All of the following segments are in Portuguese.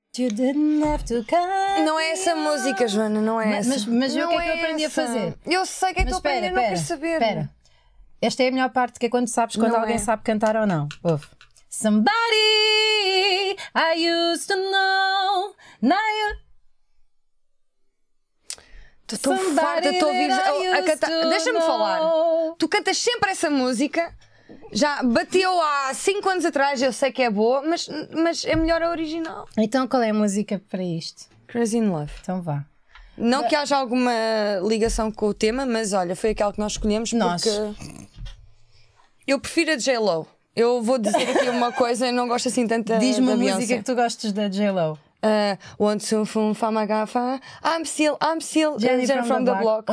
You didn't have to come. Não é essa música, Joana, não é essa. Mas não o que é que eu aprendi a fazer? Eu sei que é que estou a aprender, não quero saber. Espera. Esta é a melhor parte, que é quando sabes quando Não alguém é. sabe cantar ou não. Ouve. Somebody I used to know. Now you... Estou farta, estou a ouvir a cantar. Deixa-me falar. Tu cantas sempre essa música. Já bateu há 5 anos atrás, eu sei que é boa, mas é melhor a original. Então qual é a música para isto? Crazy in Love. Então vá. Não que haja alguma ligação com o tema, mas olha, foi aquela que nós escolhemos porque eu prefiro a J-Lo. Eu vou dizer aqui uma coisa, eu não gosto assim tanto da Diz-me uma Beyoncé. música que tu gostes da J-Lo. One, two, fum, famagafa. I'm still Jenny from the block.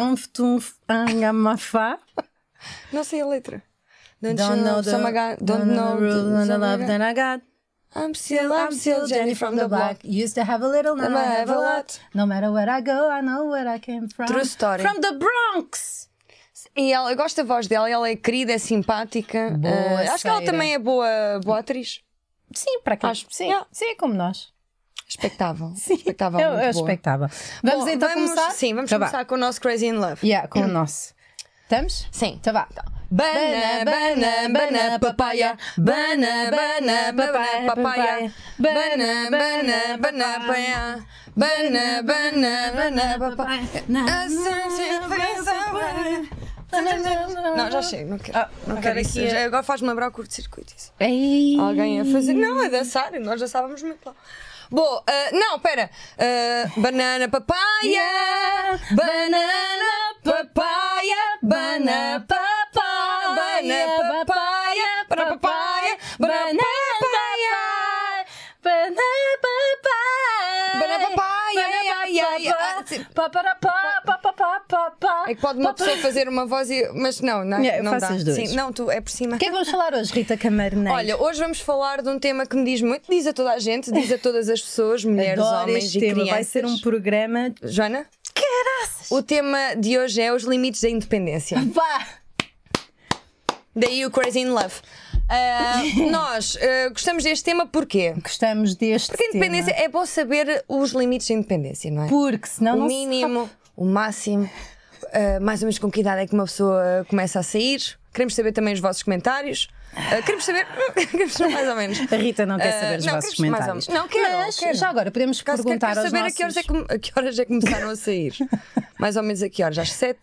Não sei a letra. Don't know the rule, the love that I got. I'm still Jenny from the block. Used to have a little, now I have a lot. No matter where I go, I know where I came from. True story. From the Bronx. E ela, eu gosto da voz dela, ela é querida, é simpática. Boa Acho que ela também é boa atriz. Sim, para cá. Acho- Sim, yeah. sim, como nós. Expectável. Sim, Expectável, é muito boa. expectável. Vamos Bom, então começar? Sim, vamos Então vá. começar com o nosso Crazy in Love. Yeah, com o nosso. Estamos? Sim. Então vá. Banana, papaya. Banana, papaya. Banana, papaya. Banana, papaya. Não, já chego, não quero. Não quero isso. Agora faz-me lembrar o curto-circuito. Ei. Alguém a fazer. Não, a dançar, nós já estávamos muito lá. Bom, não, pera. Banana papaya, banana papaya, banana papaya, banana papaya, banana papaya, banana papaya, Banana banana papaya. É que pode uma pessoa fazer uma voz e... Mas não Faço dá. as duas. Sim, não, tu é por cima. O que é que vamos falar hoje, Rita Camarneiro? Olha, hoje vamos falar de um tema que me diz muito, diz a toda a gente, diz a todas as pessoas, mulheres, Adoro homens este e tema. crianças. Vai ser um programa. Joana? Caraças! O tema de hoje é os limites da independência. Vá! Daí o Crazy in Love. Nós gostamos deste tema porquê? Gostamos deste Porque a independência tema. é bom saber os limites da independência, não é? Porque senão O não mínimo, o máximo, mais ou menos com que idade é que uma pessoa começa a sair. Queremos saber também os vossos comentários. Queremos saber mais ou menos. A Rita não quer saber os não, vossos queremos mais ou comentários. menos. Não, quero, Mas quero. já agora podemos Caso perguntar quero aos saber nossos... a que horas é que começaram a sair. Mais ou menos a que horas? Às 7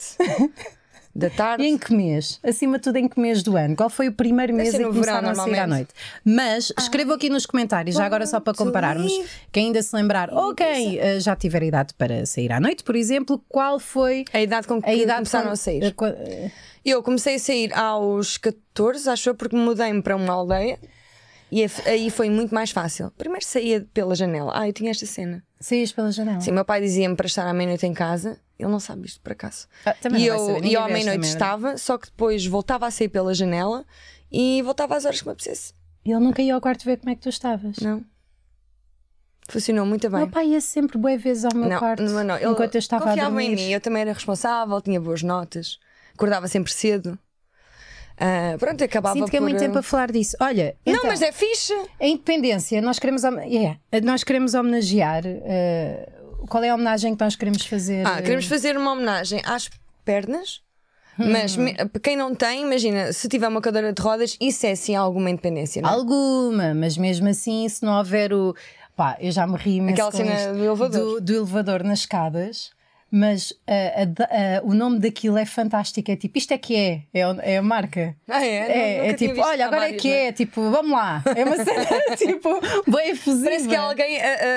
da tarde. E em que mês? Acima de tudo, em que mês do ano? Qual foi o primeiro mês ser em que no verão, começaram a sair à normalmente. noite? Mas escrevam aqui nos comentários, já agora só para compararmos, quem ainda se lembrar, ou quem já tiver idade para sair à noite, por exemplo, qual foi A idade com que começaram a sair. Eu comecei a sair aos 14, acho eu, porque mudei-me para uma aldeia e aí foi muito mais fácil. Primeiro saía pela janela. Eu tinha esta cena. Saías pela janela? Sim, meu pai dizia-me para estar à meia-noite em casa. Ele não sabe isto por acaso. Também E não vai saber, eu ninguém à vê esta meia-noite merda. estava, só que depois voltava a sair pela janela e voltava às horas que me apetecesse. Ele nunca ia ao quarto ver como é que tu estavas. Não. Funcionou muito bem. Meu pai ia sempre bué vezes ao meu quarto não. Ele enquanto eu estava a confiava dormir. em mim, eu também era responsável, tinha boas notas, acordava sempre cedo. Pronto, acabava Sinto que é por... muito tempo a falar disso. Olha, Não, então, mas é fixe. a independência, nós queremos homenagear. Qual é a homenagem que nós queremos fazer? Queremos fazer uma homenagem às pernas, mas para quem não tem, imagina, se tiver uma cadeira de rodas, isso é sim alguma independência, não é? Alguma, mas mesmo assim, se não houver o. Pá, eu já me ri imenso Aquela com cena isto, do elevador. do elevador nas escadas. Mas o nome daquilo é fantástico. É tipo, isto é que é a marca. É É tipo, olha, agora é que é. Tipo, vamos lá. É uma cena tipo, bem efusiva. Parece que é alguém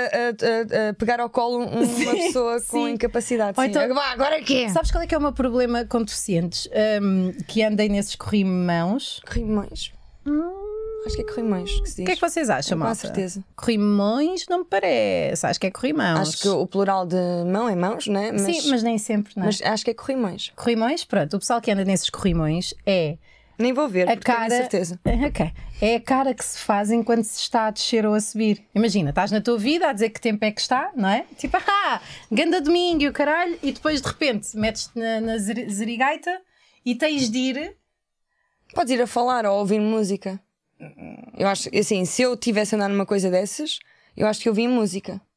a pegar ao colo uma pessoa com incapacidade. Ou Sim. então- Agora é que é. Sabes qual é que é o meu problema com deficientes? Que andem nesses corrimãos. Corrimões. Acho que é corrimões que se diz. O que é que vocês acham, Com malta? certeza. Corrimões não me parece. Acho que é corrimãos. Acho que o plural de mão é mãos, não é? Sim, mas nem sempre, não é? mas acho que é corrimões. Corrimões, pronto. O pessoal que anda nesses corrimões é Nem vou ver, a porque tenho cara. certeza. Ok. É a cara que se fazem quando se está a descer ou a subir. Imagina, estás na tua vida a dizer que tempo é que está, não é? Tipo, ganda domingo e o caralho, e depois de repente metes-te na zerigaita e tens de ir. Podes ir a falar ou a ouvir música. Eu acho, assim, se eu tivesse a andar numa coisa dessas, eu acho que eu ouvi música.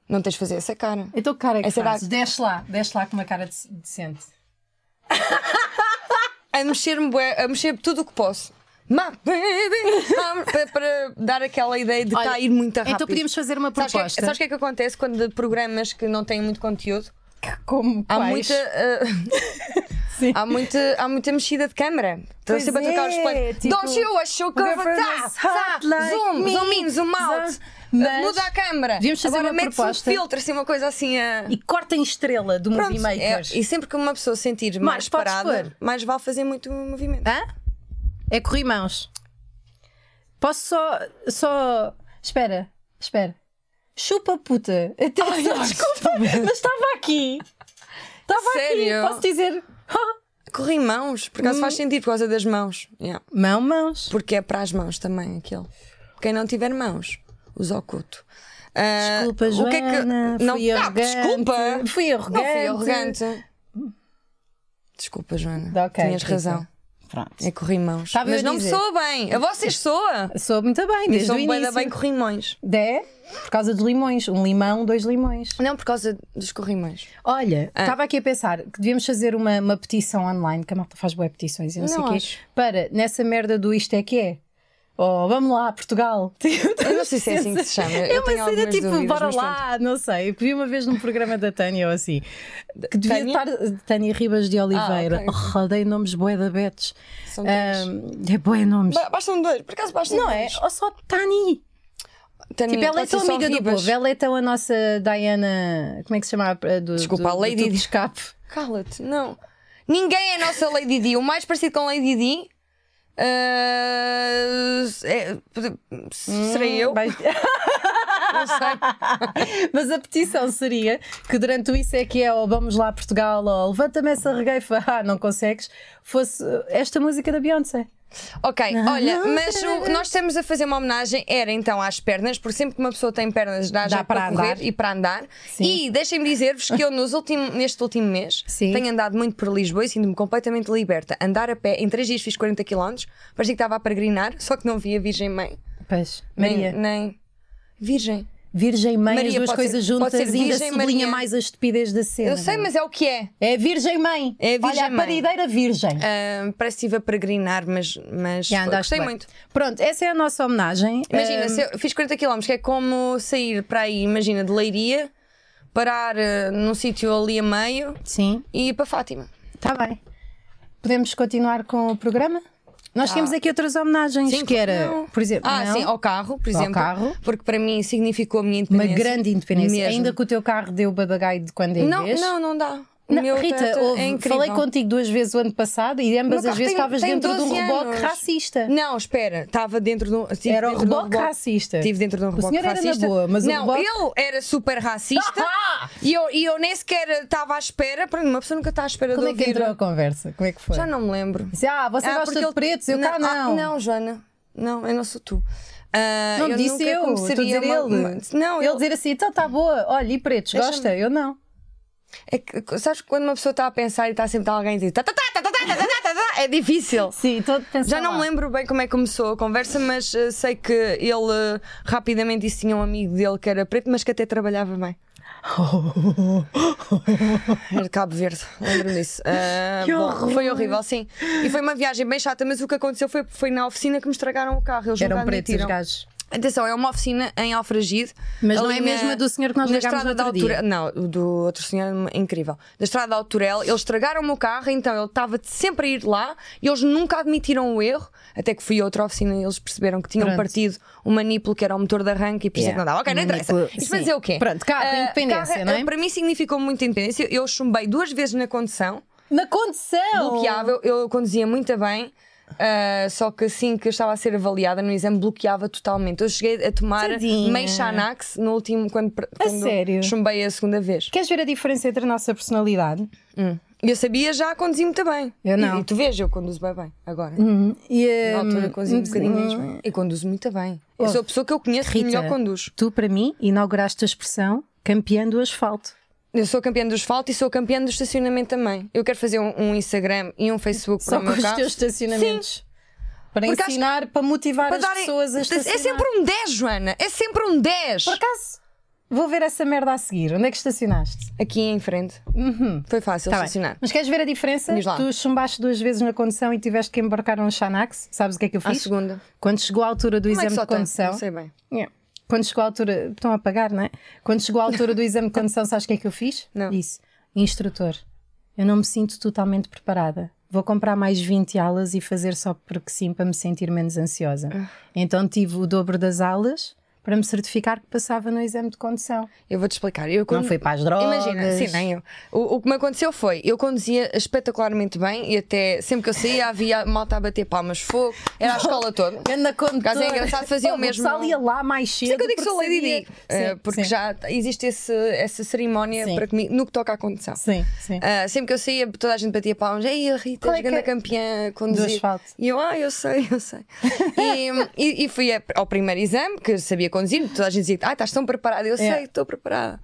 Não tens de fazer essa cara. Então, que cara é que Essa fazes? Desce lá com uma cara decente. A mexer tudo o que posso. Para dar aquela ideia de estar a ir muito rápido. Então podíamos fazer uma proposta. Sabes o que é que acontece quando programas que não têm muito conteúdo? Como Há quais? Sim. há muita mexida de câmara. Estou Pois sempre a trocar os é, planos. tipo, Don't you a sugar go for this hot like zoom, me. zoom in, zoom out. Mas Muda a câmara. devíamos fazer Agora uma mete-se proposta. um filtro, assim, uma coisa assim a... E cortem estrela do Movie Makers. E sempre que uma pessoa se sentir mais podes parada, pôr. mais vale fazer muito movimento. Hã? É corrimãos. Posso só. Espera. Chupa puta. Desculpa, mas estava aqui. Sério? Posso dizer. Corrimãos, por acaso faz sentido por causa das mãos. Yeah. Mãos. Porque é para as mãos também aquele. Quem não tiver mãos, usa o coto. Desculpa, Joana. O que é que... Não, fui arrogante. desculpa. Fui arrogante. Não fui arrogante. Desculpa, Joana. Ok, Tinhas Rita. razão. Pronto. É corrimãos. Estava eu Mas a não me dizer. soa bem. A vocês soa. Soube muito bem, Me desde o soa início. bem corrimões. Por causa dos limões. Um limão, 2 limões. Não por causa dos corrimões. Olha, estava aqui a pensar que devíamos fazer uma petição online, que a malta faz boas petições e não sei o quê, acho. para, nessa merda do isto é que é. Oh, vamos lá, Portugal. Eu não sei se é assim que se chama. É Eu uma tenho cena algumas tipo, dúvidas, bora mas lá, não sei. Eu vi uma vez num programa da Tânia ou assim, que devia Tânia? estar Tânia Ribas de Oliveira. ok. Dei nomes bué da betes. São três. É bué nomes. Bastam dois, por acaso bastam Não dois. é? Ou só Tani. Tânia, Tipo, ela é pode ser tão só amiga do Ribas. povo. Ela é tão a nossa Diana. Como é que se chama? Desculpa, a Lady do Di. escape. Cala-te, não. Ninguém é a nossa Lady Di. O mais parecido com Lady Di serei eu. Não sei. Mas a petição seria que durante o Isso é que é, ou vamos lá Portugal, ou levanta-me essa regueifa, não consegues, fosse esta música da Beyoncé. Ok, olha, mas nós estamos a fazer uma homenagem, era então às pernas, porque sempre que uma pessoa tem pernas dá já para correr andar. e para andar. Sim. E deixem-me dizer-vos que eu neste último mês Sim. tenho andado muito por Lisboa e sinto-me completamente liberta. Andar a pé, em 3 dias fiz 40 km, parecia que estava a peregrinar, só que não vi a Virgem Mãe. Pois, Maria. Nem Virgem. Virgem Mãe, Maria, as duas pode coisas ser- juntas pode ser ainda Virgem sublinha Maria. mais a estupidez da cena. Eu sei, mas é o que é. É a Virgem Mãe. É a Virgem Olha, a Mãe. parideira Virgem. Parece que estive a peregrinar, mas Já andaste gostei bem. muito. Pronto, essa é a nossa homenagem. Imagina, se eu fiz 40 km, que é como sair para aí, imagina, de Leiria, parar num sítio ali a meio Sim, e ir para Fátima. está bem. Podemos continuar com o programa? Nós temos aqui outras homenagens, que era, não. por exemplo, não? Sim, ao carro, por exemplo. carro. Porque para mim significou a minha Uma independência. grande independência. Mesmo. Ainda que o teu carro deu badagaio de quando em vez. Não dá. O Não, meu Rita, Toyota houve, é incrível. falei contigo 2 vezes o ano passado e ambas Meu as carro vezes estavas tem dentro de um 12 reboque anos. racista. Não, espera, estava dentro de um. estive Era o dentro de um reboque racista. Estive dentro de um reboque senhor era na racista. boa, mas o não, reboque- ele era super racista e eu nem sequer estava à espera. Para uma pessoa nunca está à espera Como de é que ouvir. entrou a conversa? Como é que foi? Já não me lembro. Disse, você porque gosta de ele- pretos, eu cá não. Não, Joana. Não, eu não sou tu. Não eu disse nunca eu, estou a começaria dizer ele. Não, Ele dizer assim, então está boa, olha, e pretos, Deixa-me- gosta? Eu não. É que, sabes quando uma pessoa está a pensar e está sempre alguém a dizer é difícil. Sim, estou a pensar Já não lá. me lembro bem como é que começou a conversa, mas sei que ele rapidamente disse que tinha um amigo dele que era preto, mas que até trabalhava bem. Era de Cabo Verde, lembro-me disso. Foi horrível, sim. E foi uma viagem bem chata, mas o que aconteceu foi na oficina que me estragaram o carro. Eles Eram nunca pretos os admitiram. gajos. Atenção, é uma oficina em Alfragide. Mas não ali é mesmo a do senhor que nós na ligámos estrada no da outro dia. Autorel. Não, o do outro senhor é incrível. Da estrada da Autorel, eles estragaram-me o carro, então ele estava sempre a ir lá e eles nunca admitiram o erro. Até que fui a outra oficina e eles perceberam que tinham Pronto. partido o manípulo que era o motor de arranque e por isso é que não dava. Ok, não interessa. Manípulo, Isto para sim. dizer o quê? Pronto, carro, independência, carro, não é? Para mim significou muita independência. Eu chumbei 2 vezes na condução, Na condição! bloqueava, eu conduzia muito bem. Só que assim que eu estava a ser avaliada no exame bloqueava totalmente. Eu cheguei a tomar Tadinha. meio Xanax no último quando sério? chumbei a segunda vez. Queres ver a diferença entre a nossa personalidade? Eu sabia já conduzir muito bem. Eu não. E tu vês, eu conduzo bem agora. E, Na altura conduzi um bocadinho menos bem. E conduzo muito bem. Eu sou a pessoa que eu conheço que Rita, melhor conduz. tu para mim inauguraste a expressão campeã do asfalto. Eu sou campeã do asfalto e sou campeã do estacionamento também. Eu quero fazer um Instagram e um Facebook Só para o com meu os carro. teus estacionamentos. Para Porque ensinar, para motivar Para as darem- pessoas a estacionar. É sempre um 10, Joana. É sempre um 10. Por acaso? vou ver essa merda a seguir. Onde é que estacionaste? Aqui em frente. Foi fácil Tá bem. estacionar. Mas queres ver a diferença? Diz lá. Tu chumbaste 2 vezes na condução e tiveste que embarcar num Xanax. Sabes o que é que eu À fiz? segunda. Quando chegou a altura do Como é que exame só de tem? condução. Não sei bem. Quando chegou a altura. Estão a pagar, não é? Quando chegou a altura do exame de condução, sabes o que é que eu fiz? Não. Disse: instrutor, eu não me sinto totalmente preparada. Vou comprar mais 20 aulas e fazer só porque sim, para me sentir menos ansiosa. Então tive o dobro das aulas para me certificar que passava no exame de condução. Eu vou-te explicar. Não fui para as drogas. Imagina, sim, nem eu. O que me aconteceu foi, eu conduzia espetacularmente bem e até sempre que eu saía havia malta a bater palmas, fogo, era a escola toda. Anda Por acaso é engraçado, fazia o mesmo. O pessoal ia lá mais cedo. Sei que eu digo que sou Lady Di, Sim, porque sim. já existe essa cerimónia Sim. para comigo no que toca à condução. Sim, sim. Sempre que eu saía, toda a gente batia palmas. Ei, a Rita, Qual é és que grande é? campeã a conduzir. Do asfalto. E eu, eu sei. e fui ao primeiro exame, que sabia conduzir, toda a gente dizia, estás tão preparada. Eu sei, estou preparada.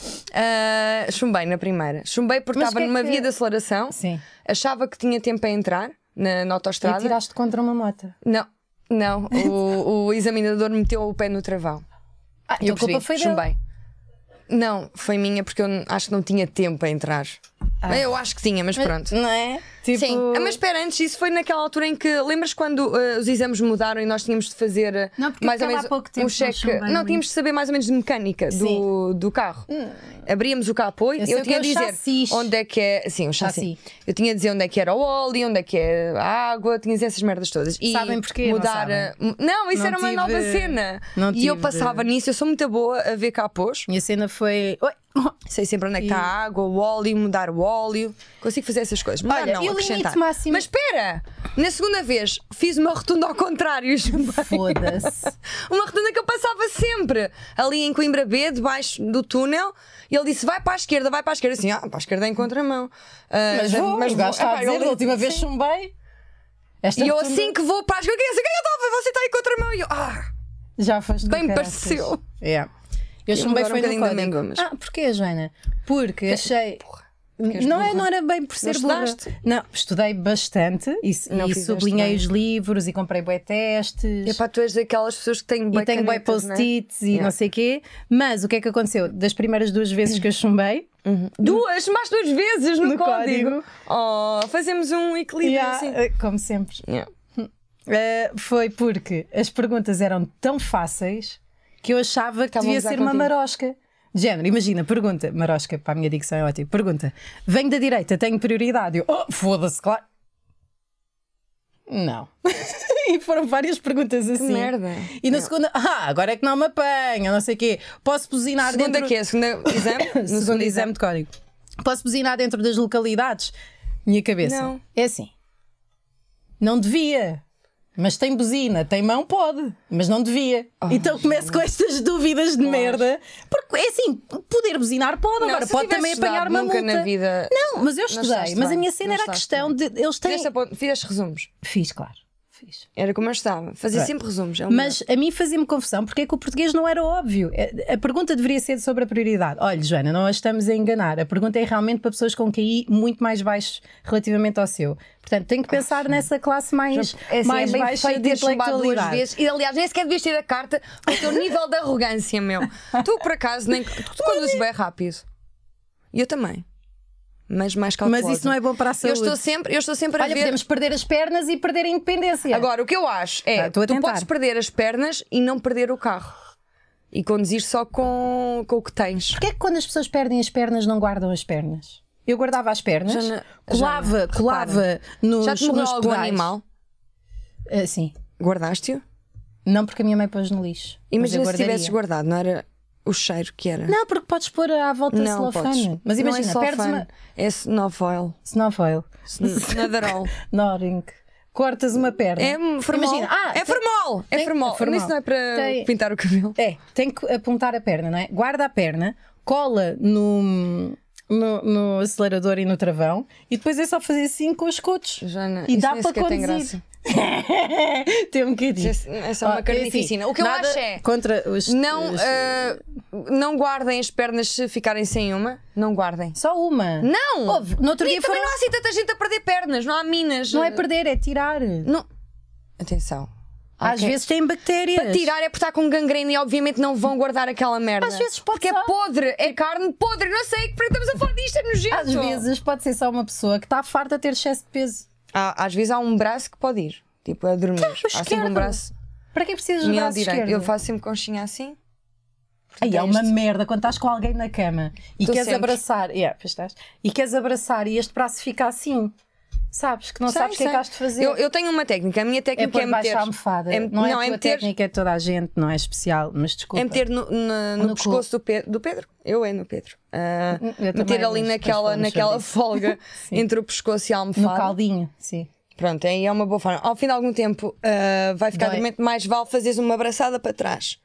Chumbei na primeira. Chumbei porque Mas estava que é numa que- via de aceleração, Sim. achava que tinha tempo a entrar na E autoestrada. tiraste contra uma moto. Não, o examinador meteu o pé no travão. Então a culpa foi dele. chumbei. Não, foi minha porque eu acho que não tinha tempo a entrar. Eu acho que tinha, mas pronto. Não é? Tipo... Sim, mas espera, antes disso foi naquela altura em que lembras quando os exames mudaram e nós tínhamos de fazer Não, porque mais eu ou ficava menos há pouco tempo um cheque. com o chumbei Não, ali. tínhamos de saber mais ou menos de mecânica do carro. Abríamos o capô e Eu sei eu o que tinha é de o dizer chassis. onde é que é. Sim, o chassi. Chassi. Eu tinha de dizer onde é que era o óleo, onde é que é a água, tinha de dizer essas merdas todas. E Sabem porquê? Não mudar. sabem. Não, isso Não era uma tive- nova cena. não E eu tive passava nisso, eu sou muito boa a ver capôs. Minha cena foi... Oi. Sei sempre onde é que está a água, o óleo, mudar o óleo. Consigo fazer essas coisas. Mudar Olha, não, e o acrescentar. limite máximo- Mas espera! Na segunda vez fiz uma rotunda ao contrário. Foda-se. Uma rotunda que eu passava sempre. Ali em Coimbra B, debaixo do túnel. E ele disse, vai para a esquerda, vai para a esquerda. Assim, para a esquerda é em contramão. Mas vou, mas o gajo está a Epá, dizer, eu da última sim. vez chumbei. Esta E eu rotunda- assim que vou para a esquerda, quem é que você está em contramão? E eu, Já foste do bem me caraças. pareceu. Yeah. Eu Queria chumbei mudar foi um no bocadinho da código. amêndoa, mas- Porquê, Joana? Porque achei... és Não, burra. não era bem por ser Não burra. estudaste? Não, estudei bastante e Não e fizeste sublinhei bem. os livros e comprei bué testes. Epá, tu és daquelas pessoas que têm bué E tenho bué canetas, não é? post-its e Yeah. não sei o quê. Mas o que é que aconteceu? Das primeiras 2 vezes que eu chumbei, Mais 2 vezes no No código. código. Fazemos um equilíbrio yeah, assim. como sempre, Yeah. foi porque as perguntas eram tão fáceis que eu achava que Estavam a devia gozar ser uma contigo. marosca. De género, imagina, pergunta, marosca, para a minha dicção é ótima. Pergunta: venho da direita, tenho prioridade? Eu, foda-se, claro. Não. E foram várias perguntas assim. merda. E na Não. segunda, agora é que não me apanha, não sei o quê. Posso buzinar Segunda dentro. que é? Segunda exame? No Segundo exame de código. Posso buzinar dentro das localidades? Minha cabeça. Não. É assim. Não devia. Mas tem buzina, tem mão, pode, mas não devia. Então começo com estas dúvidas de merda. Porque é assim, poder buzinar pode, agora se pode tivesse também apanhar estudado uma nunca multa. na vida. Não, mas eu estudei. estudaste Mas a bem, minha cena não era a estudaste questão de. Eles têm. Fizeste resumos. Fiz, claro. Fiz. Era como eu estava. Fazia Right. sempre resumos. Mas a mim fazia-me confusão porque é que o português não era óbvio. A pergunta deveria ser sobre a prioridade. Olha, Joana, não a estamos a enganar. A pergunta é realmente para pessoas com QI muito mais baixo relativamente ao seu. Portanto, tenho que pensar nessa classe mais, mais bem baixa feito de ter chumbado 2 intelectualidade. vezes. E aliás, nem sequer devias ter a carta com o teu nível de arrogância, meu. Tu, por acaso, nem. Tu conduzes bem rápido. E eu também. Mas mais cautelosa. Mas isso não é bom para a Eu saúde. estou sempre a Olha, ver. podemos perder as pernas e perder a independência. Agora, o que eu acho é estou a tu tentar. podes perder as pernas e não perder o carro. E conduzir só com o que tens. Porquê é que quando as pessoas perdem as pernas não guardam as pernas? Eu guardava as pernas, Jana, colava nos, Já te morreu nos algum pedais. animal? Sim. Guardaste-o? Não, porque a minha mãe pôs no lixo. Mas eu Imagina se guardaria. tivesses guardado, não era o cheiro que era? Não, porque podes pôr à volta Não celofane. Mas Não imagina, é perdes celofane, uma. é snowfoil. Snowfoil. Nadarol. Noring. Cortas uma perna. É formol. Imagina, é formol. É tem- formol. é formol. Isso não é para Tem- pintar o cabelo. Tem que apontar a perna, não é? Guarda a perna, cola no acelerador e no travão e depois é só fazer assim com os cotos. Jana, E isso dá nem para sequer tem conduzir. graça. Tem um bocadinho. É só uma carnificina. O que eu nada acho é. contra os. Não guardem as pernas se ficarem sem uma. Não guardem. Só uma. Não! Houve, no outro E dia também foram... não há assim tanta gente a perder pernas. Não há minas. Não é perder, é tirar. Não. Atenção. Às vezes têm bactérias. Para tirar é porque está com gangrena e obviamente não vão guardar aquela merda. Às vezes pode porque ser. é podre, é carne podre, não sei, porque estamos a falar disto, é nojento. Às vezes pode ser só uma pessoa que está farta de ter excesso de peso. Às vezes há um braço que pode ir, tipo a dormir. Há sempre um braço. Para que precisas de braço esquerdo? Eu faço sempre conchinha assim. Aí é uma merda quando estás com alguém na cama e Tu queres sempre. abraçar. E queres abraçar e este braço fica assim. Sabes que não sabes o que é que has de fazer. Eu tenho uma técnica, a minha técnica pôr é baixo meter. a almofada. Não é a tua técnica, é toda a gente, não é especial, mas desculpa. É meter no pescoço do Pedro. Eu é no Pedro. Eu Meter também, ali mas naquela folga entre o pescoço e a almofada. no caldinho, sim. Pronto, aí é uma boa forma. Ao fim de algum tempo vai ficar dormente, mais vale fazeres uma abraçada para trás.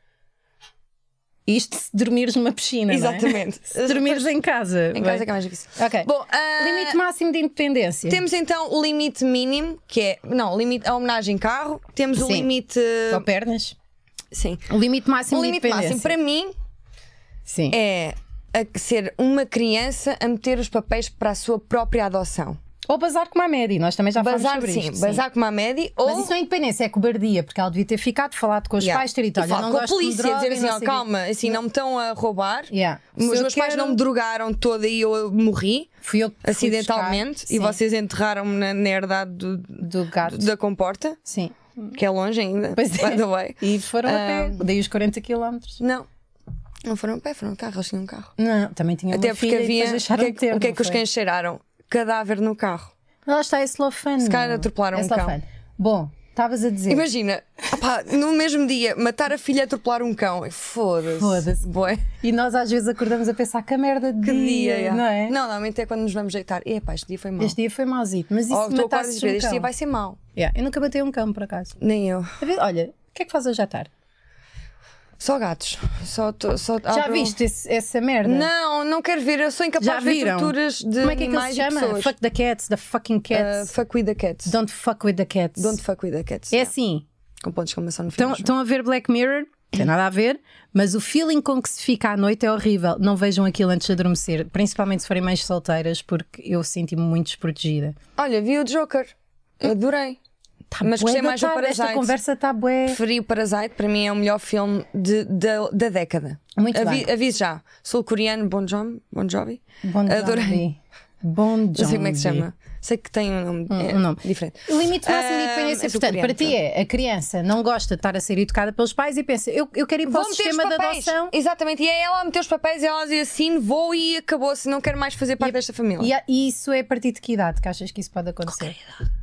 Isto se dormires numa piscina. Exatamente. Não é? Se dormires em casa. Em casa é que é mais difícil. Ok. Bom, limite máximo de independência. Temos então o limite mínimo, que é. Não, limite, a homenagem carro. Temos o Sim. limite. Só pernas. Sim. O limite máximo O de limite independência. máximo para mim Sim. é a ser uma criança a meter os papéis para a sua própria adoção. Ou bazar como a Medi, nós também já falamos Bazar, sobre sim, isto. bazar como a Medi. Ou Mas isso não é independência, é cobardia, porque ela devia ter ficado, falado com os pais, ter dito, olha, falar não com a gosto de polícia, droga, dizer assim, não ó, sei calma, assim, não me estão a roubar. Yeah. Os Se eu meus pais quero- não me drogaram toda e eu morri Fui eu que fui acidentalmente buscar. e Sim. vocês enterraram-me na herdade Do gato. da comporta, Sim. que é longe ainda, Pois é. by the way. E foram a pé, daí os 40 km. Não foram a pé, foram de carro, eles tinham um carro. Não, também tinha Até uma porque filha e havia. depois deixaram de ter, O que é não que os foi? cães cheiraram? Cadáver no carro. Lá está, é celofane. Se calhar atropelaram um cão. Bom, estavas a dizer. Imagina, opá, no mesmo dia, matar a filha e atropelar um cão. Foda-se. Foda-se. Bué. E nós às vezes acordamos a pensar que a merda de Que dia, dia, não é? Não, normalmente é quando nos vamos deitar. Epá, este dia foi mau. Este dia foi mauzito, mas isso Ou tu acordas e matasses dizes, um este cão. dia vai ser mau. Yeah, eu nunca batei um cão, por acaso. Nem eu. Olha, o que é que fazes hoje à tarde? Só gatos. Só Já viste essa merda? Não quero ver. Eu sou incapaz Já de ver viram? torturas de Como é que animais se e chama? pessoas. Fuck the cats, the fucking cats. Fuck with the cats. Don't fuck with the cats. Don't fuck with the cats. É Yeah. assim, Com ponto de exclamação no final. estão a ver Black Mirror? Não tem nada a ver, mas o feeling com que se fica à noite é horrível. Não vejam aquilo antes de adormecer, principalmente se forem mães solteiras, porque eu senti-me muito desprotegida. Olha, vi o Joker. Adorei. Tá Mas bué gostei da mais do tarde, Parasite. Esta conversa está bué. Preferi o Parasite. Para mim é o melhor filme da década. Muito bem. Aviso já. Sul-coreano Bon Jovi. Bon Jovi. Adorei. Bon Jovi. Não sei como é que se chama. Sei que tem um nome, um nome. diferente. O limite máximo de independência, é portanto, para ti sul-coreano, é a criança não gosta de estar a ser educada pelos pais e pensa, eu quero ir para Vou o meter os sistema de papéis. adoção. Exatamente. E é ela a meter os papéis e ela diz assim: vou e acabou-se. Não quero mais fazer parte desta família. E isso é a partir de que idade que achas que isso pode acontecer?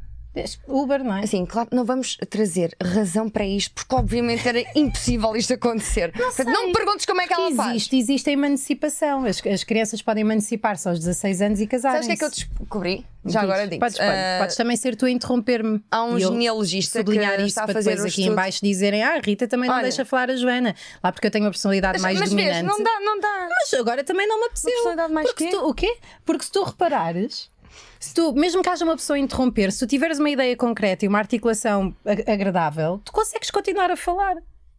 Uber, não é? Assim, claro, não vamos trazer razão para isto, porque obviamente era impossível isto acontecer. Portanto, não me perguntes como é que ela faz. Existe a emancipação. As crianças podem emancipar-se aos 16 anos e casarem-se. Sabes o que é que eu descobri? Já agora digo. Podes também ser tu a interromper-me. Há um E eu genealogista que sublinhar isso está a para fazer depois um aqui estudo. em baixo dizerem a Rita também não Olha. deixa falar a Joana. Lá porque eu tenho uma personalidade mais Mas dominante. vês, não dá. Mas agora também não me apeteceu. personalidade mais Porque quê? se tu, o quê? Porque se tu reparares, mesmo que haja uma pessoa a interromper, se tu tiveres uma ideia concreta e uma articulação agradável, tu consegues continuar a falar.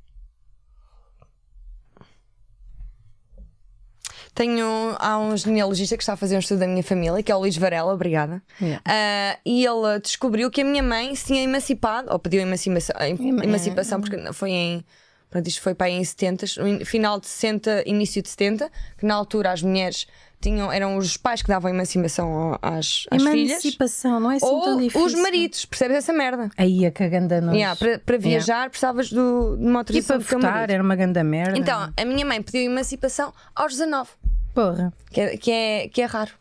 Há um genealogista que está a fazer um estudo da minha família, que é o Luís Varela, obrigada. Yeah. E ele descobriu que a minha mãe se tinha emancipado, ou pediu emancipação, porque foi em. Pronto, isto foi para aí em 70, final de 60, início de 70, que na altura as mulheres eram os pais que davam emancipação às filhas. Emancipação, não é assim tão Ou difícil. os maridos, percebes essa merda? Aí a caganda nós. Para viajar precisavas de uma E para autorização do teu votar marido. era uma ganda merda. Então, a minha mãe pediu emancipação aos 19. Porra. Que é raro.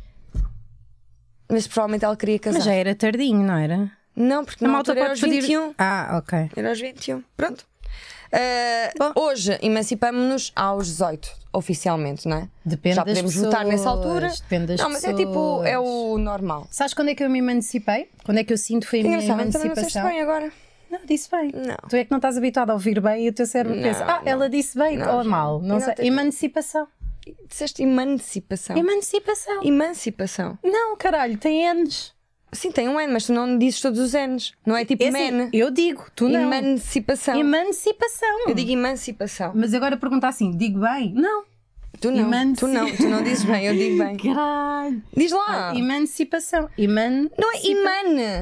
Mas provavelmente ela queria casar. Mas já era tardinho, não era? Não, porque A na malta altura era pode aos pedir. 21. Ah, ok. Era aos 21. Pronto. Hoje emancipamos-nos aos 18, oficialmente, não é? Depende Já das podemos votar pessoas, nessa altura. depende das não, mas é tipo, é o normal. Sabes quando é que eu me emancipei? Quando é que eu sinto que foi a minha Engraçado, também não sei emancipação? bem agora. Não, disse bem. Não. Tu é que não estás habituado a ouvir bem e o teu cérebro pensa, ela disse bem Não, ou mal. Não não sei. tem- Emancipação. Disseste emancipação. Emancipação. Emancipação. Não, caralho, tem N's. Sim, tem um N, mas tu não dizes todos os N's. Não é tipo É assim, man. eu digo, tu não. Emancipação. Emancipação. Eu digo emancipação. Mas agora pergunta assim, digo bem? Não. Tu não dizes bem, eu digo bem. Caralho. Diz lá. Emancipação. Não é iman.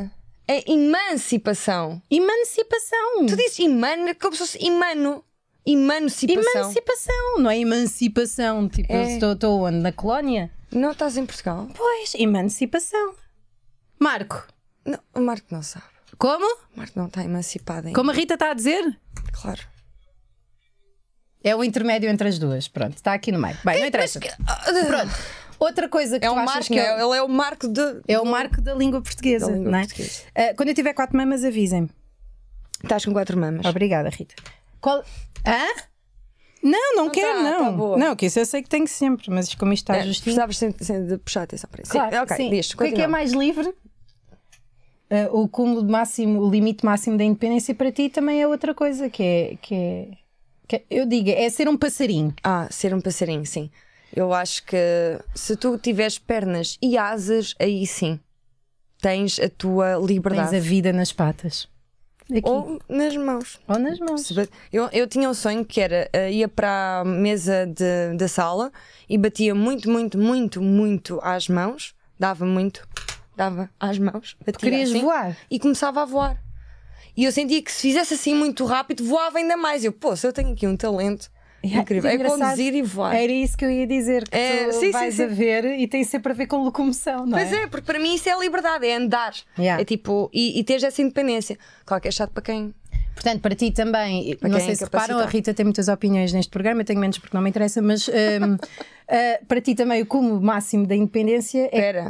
É emancipação. Emancipação. Tu dizes como se fosse emancipação. Emancipação, não é emancipação. Tipo, estou onde? Na colónia? Não estás em Portugal? Pois, emancipação. Marco. Não, o Marco não sabe. Como? O Marco não está emancipado ainda. Como a Rita está a dizer? Claro. É o intermédio entre as duas. Pronto, está aqui no meio. Bem, não interessa. Pronto. Outra coisa que É tu um achas marco, que ele é o marco de... é o marco da língua portuguesa, Da língua não é? portuguesa. Quando eu tiver 4 mamas, avisem-me. Estás com 4 mamas. Obrigada, Rita. Hã? Não quero, tá, não. tá boa. Não, que isso eu sei que tenho sempre, mas como isto está justinho. Precisavas de puxar a atenção para isso. Claro, sim. Ok, sim. diz, O que é continua. mais livre? O cúmulo máximo, o limite máximo da independência para ti também é outra coisa que eu digo, é ser um passarinho. Ser um passarinho, sim. Eu acho que se tu tiveres pernas e asas, aí sim tens a tua liberdade. Tens a vida nas patas. Aqui. Ou nas mãos. Ou nas mãos. Eu tinha um sonho que era ia para a mesa da sala e batia muito às mãos, dava às mãos, batia Querias assim, voar? e começava a voar. E eu sentia que se fizesse assim muito rápido, voava ainda mais. Se eu tenho aqui um talento incrível, é conduzir e voar. Era isso que eu ia dizer, que tu vais a ver e tem sempre a ver com locomoção, não é? Pois é, porque para mim isso é a liberdade, é andar. Yeah. É tipo, e teres essa independência. Claro que é chato para quem. Portanto, para ti também, Para não quem sei é se reparam, a capacitado. Rita tem muitas opiniões neste programa, eu tenho menos porque não me interessa, mas para ti também o cúmulo máximo da independência é Espera.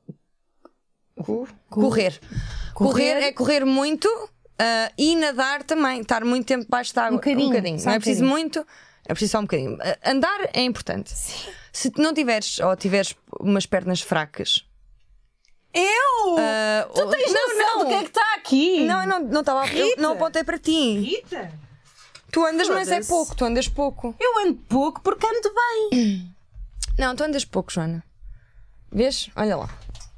Correr. Correr é correr muito e nadar também. Estar muito tempo debaixo de água. Um bocadinho, só Não um é preciso bocadinho. muito, é preciso só um bocadinho. Andar é importante. Sim. Se tu não tiveres ou tiveres umas pernas fracas. Tu tens noção do que é que está aqui? Não estava. Eu não apontei para ti. Rita? Tu andas, mas é Foda-se. pouco. Tu andas pouco. Eu ando pouco porque ando bem. Não, tu andas pouco, Joana. Vês? Olha lá.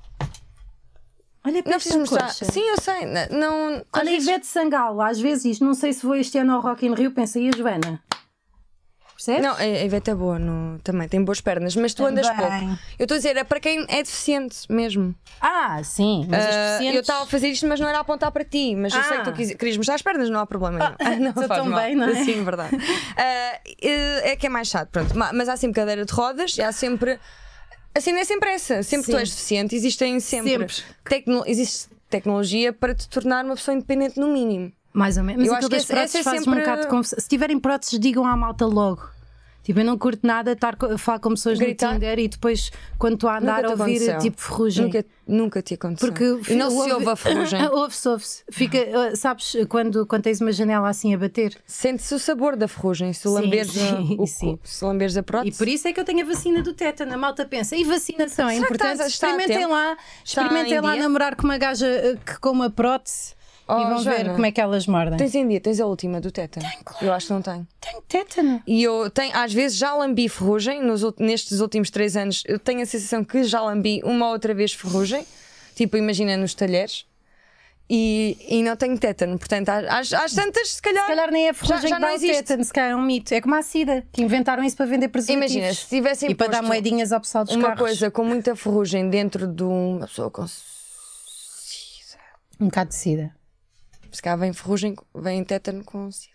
Olha para Não esta precisas mostrar. coxa. Sim, eu sei. Não, às Olha, vezes- Ivete Sangalo, às vezes diz, não sei se vou este ano ao Rock in Rio, pensa, e a Joana? Percebes? Não, a Ivete é boa também, tem boas pernas, mas tu andas Também. pouco. Eu estou a dizer, é para quem é deficiente mesmo. Sim, mas as deficientes... Eu estava a fazer isto, mas não era a apontar para ti. Mas eu sei que tu querias mostrar as pernas, não há problema nenhum. Não sou faz tão mal. bem, não é? Sim, verdade. É que é mais chato, pronto. Mas há sempre cadeira de rodas e há sempre. Assim não é sempre essa. Sempre que tu és deficiente, existem sempre. Existe tecnologia para te tornar uma pessoa independente, no mínimo. Mais ou menos. Mas Eu aquilo acho que das próteses essa é faz-me sempre- um bocado de confusão. Se tiverem próteses, digam à malta logo. Tipo, eu não curto nada estar a falar com pessoas Gritar. no Tinder e depois, quando estou a andar, Nunca te a ouvir aconteceu. tipo ferrugem. Nunca te aconteceu. Porque E não se ouve a ferrugem. Ouve-se. Fica, sabes, quando tens uma janela assim a bater. Sente-se o sabor da ferrugem. Se lamberes, sim. se lamberes a E prótese. por isso é que eu tenho a vacina do tétano. A malta pensa, e vacinação é Será que importante? está a Experimentem tempo? lá, experimentem em lá dia? namorar com uma gaja que com uma prótese e vão ver Joana, como é que elas mordem. Tens em dia, tens a última do tétano. Eu acho que não tenho. Tenho tétano. E eu tenho, às vezes já lambi ferrugem, nestes últimos 3 anos, eu tenho a sensação que já lambi uma ou outra vez ferrugem, tipo, imagina nos talheres, e não tenho tétano. Portanto, às tantas, se calhar. Se calhar nem é ferrugem já que dá não o existe. tétano, se calhar é um mito. É como a SIDA, que inventaram isso para vender preservativos. Imagina, se tivessem e para dar posto moedinhas ao pessoal dos uma carros. coisa com muita ferrugem dentro de uma pessoa com sida. Um bocado de SIDA. Se calhar vem ferrugem, vem tétano com sida.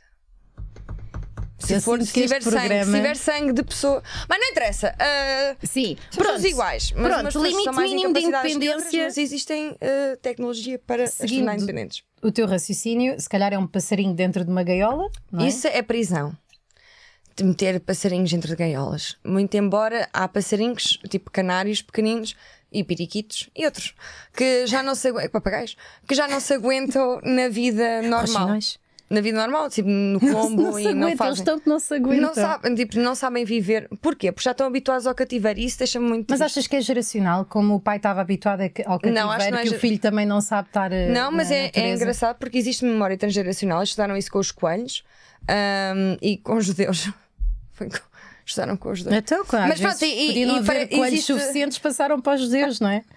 Se Eu sinto que este programa- se tiver sangue de pessoa. Mas não interessa. Sim, São todos iguais. Mas Pronto, umas pessoas limite são mais mínimo de incapacitadas que outras, independência. mas existem tecnologia para as Seguindo tornar independentes. o teu raciocínio, se calhar é um passarinho dentro de uma gaiola, não é? Isso é prisão. De meter passarinhos dentro de gaiolas. Muito embora há passarinhos, tipo canários pequeninos e periquitos e outros, que já não se aguentam, papagaios, que já não se aguentam na vida normal. Roxinóis. Na vida normal, tipo no Colombo Não se e não aguentam, eles fazem. estão que não se aguentam. Não sabem, tipo, não sabem viver. Porquê? Porque já estão habituados ao cativeiro e isso deixa-me muito Mas triste. achas que é geracional, como o pai estava habituado ao cativeiro, Não, acho que não é que o filho também não sabe estar Não, mas na é natureza? engraçado porque existe memória transgeracional. Eles estudaram isso com os coelhos e com os judeus. Estudaram com os judeus. Então, claro, Mas mas pronto, podiam não haver coelhos existe- suficientes, passaram para os judeus, não é?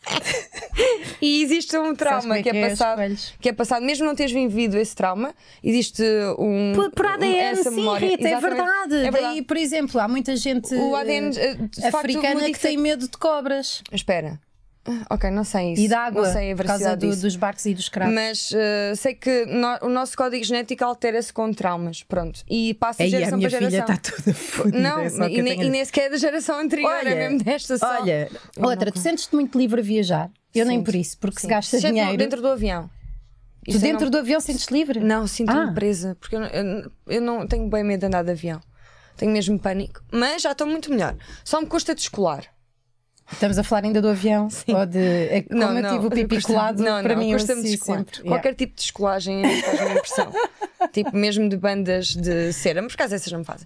E existe um trauma como é que que é é os passado, coelhos? mesmo não teres vivido esse trauma, existe Por ADN, essa sim, memória. Rita, é Exatamente. verdade. É verdade. Daí, por exemplo, há muita gente O ADN de facto africana que modifica- tem medo de cobras. Espera. Ok, não sei isso. E da água, não sei a por causa veracidade disso. dos barcos e dos cravos. Mas sei que o nosso código genético altera-se com traumas, pronto. E passa de Aí a geração minha para filha geração. está toda fodida. Não, é só que e eu tenho a dizer. nem sequer é da geração anterior, Olha, é mesmo desta só. Olha, Eu outra, não- tu sentes-te muito livre a viajar? Eu nem Sinto, por isso, porque se sim. gastas Sinto-me dinheiro. dentro do avião. Tu Isso eu dentro não- do avião sentes-te livre? Não, sinto-me Ah. presa, porque eu não tenho bem medo de andar de avião. Tenho mesmo pânico, mas já estou muito melhor. Só me custa descolar. Estamos a falar ainda do avião? Ou de. É que como eu tive o pipi colado, para mim custa-me eu descolar. sempre. Qualquer tipo de descolagem faz-me impressão. Tipo, mesmo de bandas de cera, mas por acaso essas não me fazem.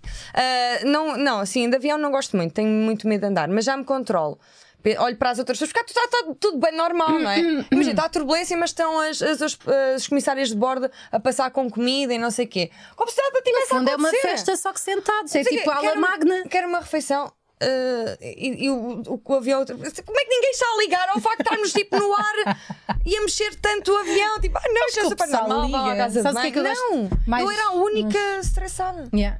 Não, assim, de avião não gosto muito, tenho muito medo de andar, mas já me controlo. Olho para as outras pessoas, porque está tudo bem normal, não é? Imagina, está a turbulência, mas estão as comissárias de bordo a passar com comida e não sei o quê. Como se nada tivesse a Onde é uma acontecer. festa só que sentados, é Não sei tipo quê, a ala magna. Quero uma refeição. E o avião. Como é que ninguém está a ligar ao facto de estarmos tipo no ar e a mexer tanto o avião? Tipo, não, isto é que o super pessoal normal, vá à liga. casa de Sabes o que é que eu banho. gosto Não, mais? eu era a única estressada. Yeah.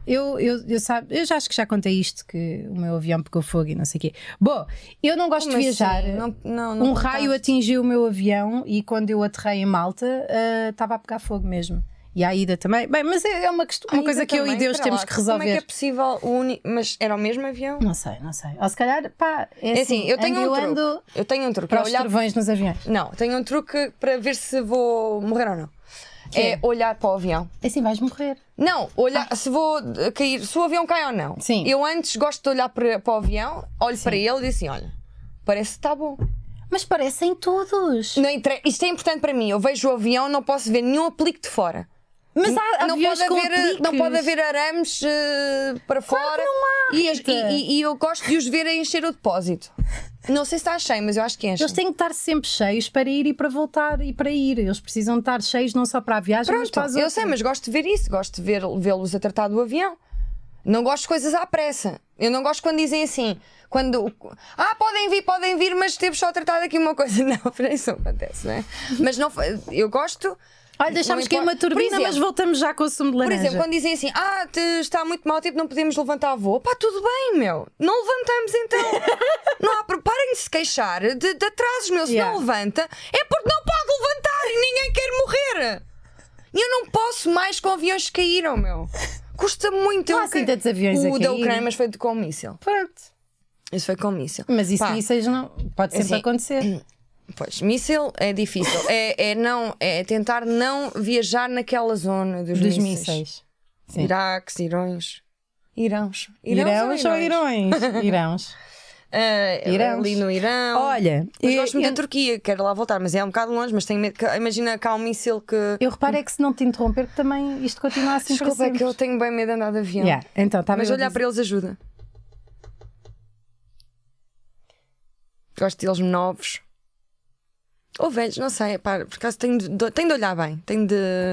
Eu já acho que já contei isto, que o meu avião pegou fogo e não sei o quê. Bom, eu não gosto Como de viajar. assim? Não Um raio contaste. atingiu o meu avião e quando eu aterrei em Malta estava a pegar fogo mesmo. E a ida também. Bem, mas é uma coisa Ainda que eu e também, Deus espera temos lá, que resolver. Como é que é possível mas era o mesmo avião? Não sei. Ou se calhar, pá, é assim, eu tenho um truque. ando Eu tenho um truque. para É os olhar... trovões nos aviões. Não, tenho um truque para ver se vou morrer ou não. é? É olhar para o avião. Assim vais morrer. Não, olhar se vou cair, se o avião cai ou não. Sim. Eu antes gosto de olhar para o avião, olho para ele e digo assim: olha, parece que está bom. Mas parecem todos. Isto é importante para mim. Eu vejo o avião, não posso ver nenhum aplique de fora. Mas há Não aviões pode, com haver, não pode apliques. haver arames para fora. não há, Rita. E eu gosto de os ver a encher o depósito. Não sei se está cheio, mas eu acho que enche. Eles têm que estar sempre cheios para ir e para voltar e para ir. Eles precisam de estar cheios não só para a viagem, mas Pronto, para as eu outras. sei, mas gosto de ver isso. Gosto de vê-los a tratar do avião. Não gosto de coisas à pressa. Eu não gosto quando dizem assim, podem vir, mas temos só a tratar daqui uma coisa. Não, isso não acontece, não é? Mas não, eu gosto. Olha, deixamos não que é uma importa. Por turbina, mas exemplo, voltamos já com o sumo de Por laranja. exemplo, quando dizem assim, está muito mal, tipo, não podemos levantar voo. Pá, tudo bem, meu. Não levantamos então. Não há, parem de se queixar de atrasos, meu. Se Yeah. não levanta, é porque não pode levantar e ninguém quer morrer. E eu não posso mais com aviões que caíram, meu. Custa muito. Não há assim tantos aviões a O da cair. Ucrânia, mas foi com um míssil. Pronto. Isso foi com um míssil. Mas isso Pá, mísseis não pode sempre assim, acontecer. Pois, míssil é difícil. É tentar não viajar naquela zona dos Dos mísseis. mísseis. Sim. Iraques, Irões. Irãos Irãos ou Irões? Irãos. Irãos. Ali no Irão. Olha, Mas gosto muito da Turquia, quero lá voltar, mas é um bocado longe, mas tenho medo. Imagina cá um míssil que. eu reparo é que se não te interromper, que também isto continua assim Desculpa, para é sempre. que eu tenho bem medo de andar de avião. Yeah, então, estava Mas eu a olhar dizer- para eles ajuda. Gosto deles novos. Ou velhos, não sei. Pá, por acaso tenho de olhar bem. Tenho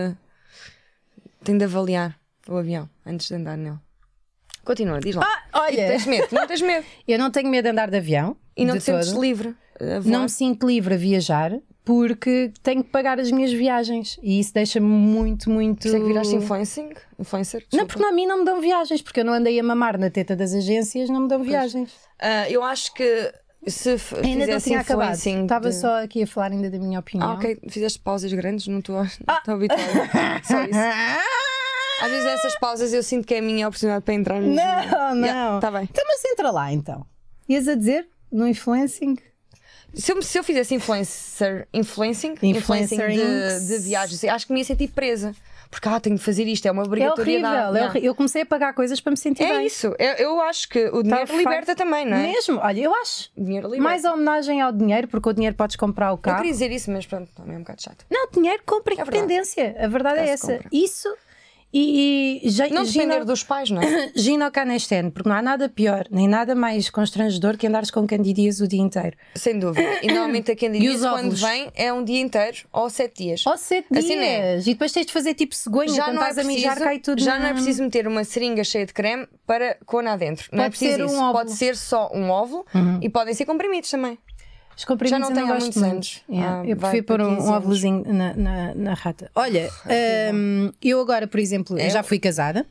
de avaliar o avião antes de andar nele. Continua, diz lá. Olha, Tens medo? Não tens medo? eu não tenho medo de andar de avião. E não de te sentes todo. livre a voar? Não me sinto livre a viajar porque tenho que pagar as minhas viagens e isso deixa-me muito. Por isso é que viraste influencer? Não, porque a mim não me dão viagens, porque eu não andei a mamar na teta das agências, não me dão viagens. Eu acho que se Ainda não fizesse tinha acabado. influencing Estava de- só aqui a falar ainda da minha opinião. ok, fizeste pausas grandes, não estou habituada. Só isso. Às vezes essas pausas eu sinto que é a minha oportunidade para entrar no Não. Está bem. Então, mas entra lá então. Ias a dizer no influencing? Se eu fizesse influencing Influencering. de viagens, acho que me ia sentir presa. Porque tenho de fazer isto, é uma É obrigatoriedade. horrível. Yeah. Eu comecei a pagar coisas para me sentir É bem. isso. Eu acho que o dinheiro Tá liberta feito. também, não é? Mesmo, olha, eu acho O dinheiro liberta. mais homenagem ao dinheiro, porque o dinheiro podes comprar o Eu carro. queria dizer isso, mas pronto, também é um bocado chato. Não, dinheiro compra verdade. independência. A verdade é Caso essa. compra. Isso e Não depender dos pais, não é? Gino Canesten, porque não há nada pior, nem nada mais constrangedor que andares com candidias o dia inteiro. Sem dúvida. E normalmente a E candidíase os quando óvulos? vem é um dia inteiro ou 7 dias. Ou 7 Assim dias. não é. E depois tens de fazer tipo cegonha, Já quando não, é estás a mijar, preciso, cai tudo já na- não é preciso meter uma seringa cheia de creme para cona adentro. Não é Pode preciso ser um isso. óvulo. Pode ser só um óvulo e podem ser comprimidos também. Os comprimidos Já não eu tenho há gosto muitos muito. anos. Yeah, eu Vai prefiro pôr para um 15 anos. óvulozinho na rata. Olha, eu agora, por exemplo, eu já fui casada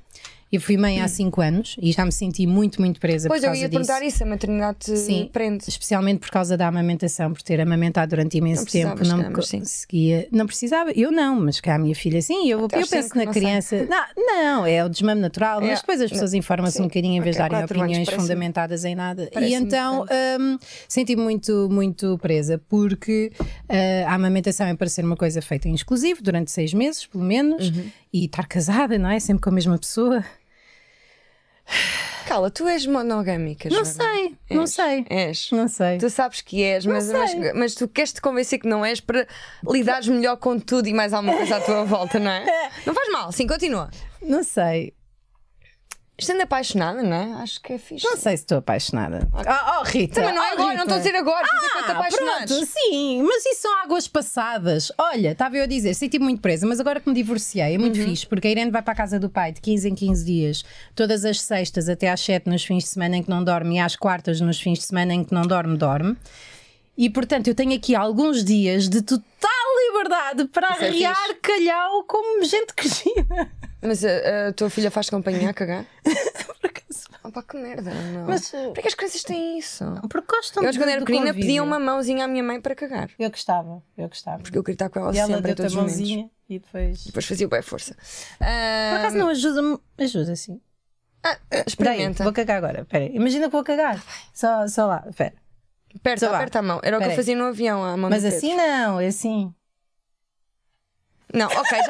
Eu fui mãe há 5 anos e já me senti muito, muito presa Pois por eu causa ia disso. perguntar isso, a maternidade te prende. Especialmente por causa da amamentação, por ter amamentado durante imenso tempo. Não conseguia. Não precisava, eu não, mas cá a minha filha sim. Eu penso na criança. Não, é o desmame natural, mas depois as pessoas informam-se um bocadinho em vez de darem opiniões fundamentadas em nada. E então senti-me muito, muito presa, porque a amamentação é para ser uma coisa feita em exclusivo durante 6 meses, pelo menos, e estar casada, não é? Sempre com a mesma pessoa. Cala, tu és monogâmica, Não sei. Não sei. Tu sabes que és, mas tu queres te convencer que não és para lidares melhor com tudo e mais alguma coisa à tua volta, não é? Não faz mal, sim, continua. Não sei. Estando apaixonada, não é? Acho que é fixe. Não sei se estou apaixonada. Rita. Também não é agora, Rita. não estou a dizer agora, estou apaixonados. Pronto, sim, mas isso são águas passadas. Olha, estava eu a dizer, senti-me muito presa, mas agora que me divorciei é muito fixe, porque a Irene vai para a casa do pai de 15 em 15 dias, todas as sextas até às 7 nos fins de semana em que não dorme e às quartas nos fins de semana em que não dorme. E portanto eu tenho aqui alguns dias de total liberdade para arriar calhau como gente que gira. Mas a tua filha faz companhia a cagar? Por acaso. Pá, que merda, não. Mas por que as crianças têm isso? Porque gostam Eu, quando era pequenina, convívio. pedia uma mãozinha à minha mãe para cagar. Eu gostava. Porque eu queria estar com ela e ela sempre, em deu-te todos a os momentos. mãozinha e depois fazia bem força. Por acaso não ajuda sim. Experimenta. Vou cagar agora. Espera, imagina que vou cagar. Só lá, espera. Aperta a mão. Era o que eu fazia no avião, a mão. Mas assim não, é assim. Não, ok,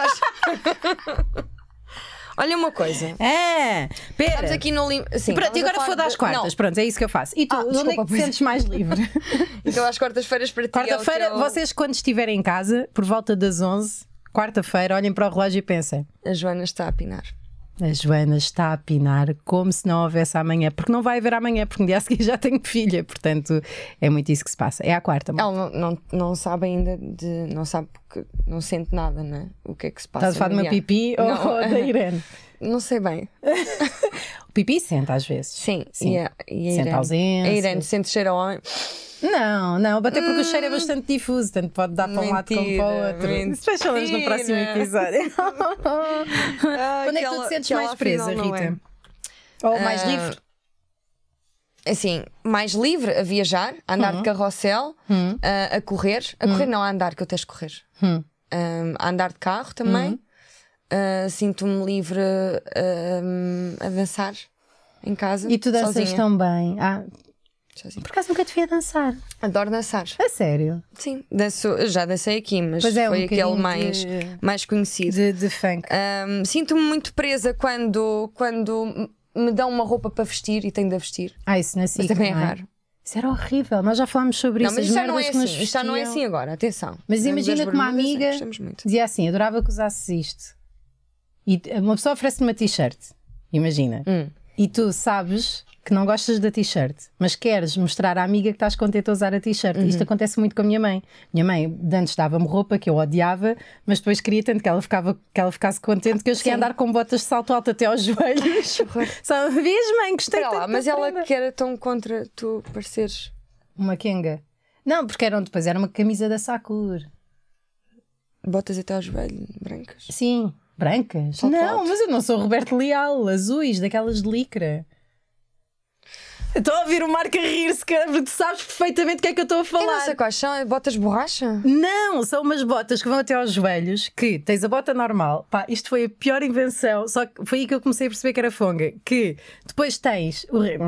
já. Olha uma coisa. Pera. Estamos aqui no sim, pronto, e agora foda às quartas. Pronto, é isso que eu faço. E tu, onde é que te sentes mais livre? Então às quartas-feiras para ti. Quarta-feira, vocês quando estiverem em casa, por volta das 11, quarta-feira, olhem para o relógio e pensem: a Joana está a pinar. A Joana está a pinar como se não houvesse amanhã, porque não vai haver amanhã, porque no dia a seguir já tenho filha, portanto é muito isso que se passa. É à quarta. Ela não sabe ainda não sabe porque não sente nada, não é? O que é que se passa? Estás a falar do meu pipi ou da Irene? Não sei bem. O pipi sente às vezes. Sim. E a sente ausência. A Irene sente cheiro ao homem. Não, até porque o cheiro é bastante difuso, tanto pode dar para um lado como para o outro. Depois falamos no próximo episódio. Quando é que tu te sentes mais presa, Rita? Ou mais livre? Assim, mais livre a viajar, a andar de carrossel, a correr. A correr não, a andar, que eu testo correr. A andar de carro também. Sinto-me livre a dançar em casa. E tu danças sozinha. tão bem. Sozinha. Por acaso nunca te vi a dançar. Adoro dançar. A sério? Sim, já dancei aqui, mas foi aquele mais conhecido. De funk. Sinto-me muito presa quando me dão uma roupa para vestir e tenho de a vestir. Isso na SIC, mas também é não raro. Isso era horrível, nós já falámos sobre isso. Mas isto já não é assim. Isto já não é assim agora, atenção. Mas imagina que uma amiga dizia assim: adorava que usasses isto. E uma pessoa oferece-te uma t-shirt, imagina. E tu sabes que não gostas da t-shirt, mas queres mostrar à amiga que estás contente a usar a t-shirt. Isto acontece muito com a minha mãe. Minha mãe antes dava-me roupa que eu odiava, mas depois queria tanto que ela ficasse contente que eu cheguei a andar com botas de salto alto até aos joelhos. Só vês, mãe, gostei tanto. Mas ela que era tão contra tu pareceres uma Kenga. Não, porque depois era uma camisa da Sakura. Botas até aos joelhos, brancas. Sim, brancas. Salto não, alto. mas eu não sou Roberto Leal, azuis, daquelas de licra. Estou a ouvir o Marco a rir-se, porque tu sabes perfeitamente o que é que eu estou a falar. Eu não sei quais são, botas de borracha? Não, são umas botas que vão até aos joelhos, que tens a bota normal. Pá, isto foi a pior invenção, só que foi aí que eu comecei a perceber que era fonga. Que depois tens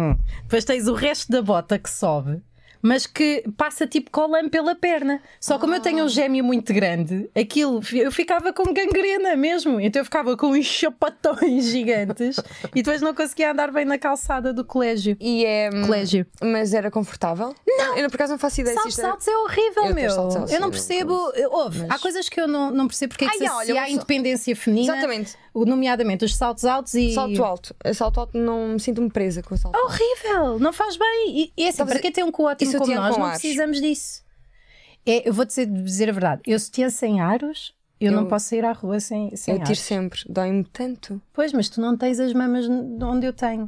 o resto da bota que sobe, mas que passa tipo colã pela perna. Só como eu tenho um gêmeo muito grande, eu ficava com gangrena mesmo. Então eu ficava com uns chapatões gigantes e depois não conseguia andar bem na calçada do colégio. Colégio. Mas era confortável? Não! Eu por acaso não faço ideia. Saltos é horrível, meu. Saltos, eu não percebo. Há coisas que eu não percebo porque é que se associa à independência feminina. Exatamente. Nomeadamente os saltos altos e. Salto alto. Salto alto não me sinto-me presa com o salto alto. Horrível! Não faz bem. E assim, para quem tem um ótimo como nós, não precisamos disso. Eu vou-te dizer a verdade. Eu se tinha sem aros, eu não posso sair à rua sem aros. Eu tiro sempre. Dói-me tanto. Pois, mas tu não tens as mamas onde eu tenho.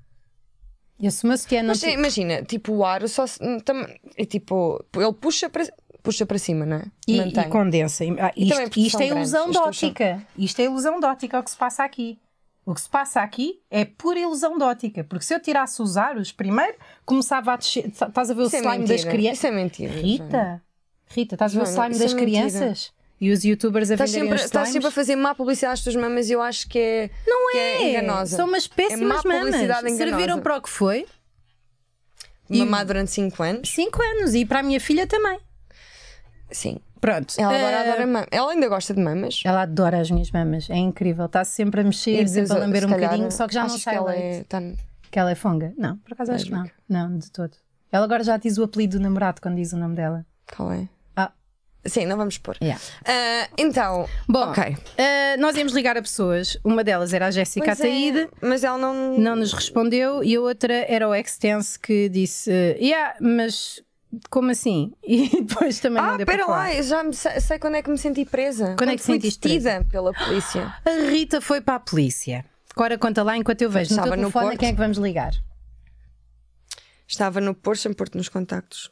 Eu se o meu sutiã não... Mas imagina, tipo o aro só tipo, ele puxa para cima, não é? E condensa. Isto é ilusão de óptica. Isto é ilusão de óptica o que se passa aqui. O que se passa aqui é pura ilusão de ótica. Porque se eu tirasse os aros, primeiro começava a descer. Estás a ver o slime das crianças? Isso é mentira. Rita, estás a ver o slime isso das é mentira. crianças? E os youtubers a venderem os Estás slimes? sempre a fazer má publicidade às tuas mamas e eu acho que é, que é enganosa. São umas péssimas má publicidade mamas. enganosa. Serviram para o que foi. Mamar durante 5 anos. 5 anos. E para a minha filha também. Sim. Pronto. Ela agora adora mamas. Ela ainda gosta de mamas. Ela adora as minhas mamas. É incrível. Está sempre a mexer, sempre a lamber um bocadinho. Só que já não sai que ela leite. tá... Que ela é fonga? Não, por acaso acho que não. Não, de todo. Ela agora já diz o apelido do namorado quando diz o nome dela. Qual é? Ah. Sim, não vamos pôr. Yeah. Então, Bom, ok. Nós íamos ligar a pessoas. Uma delas era a Jéssica Ataíde. Mas ela não... Não nos respondeu. E a outra era o Extense que disse mas como assim? E depois também não deu para pera falar. lá, eu já sei quando é que me senti presa. Quando é que fui sentiste detida pela polícia. A Rita foi para a polícia. Agora conta lá enquanto eu vejo no teu Estava no telefone a Porto. quem é que vamos ligar. Estava no Porto, deixa-me pôr-te nos contactos.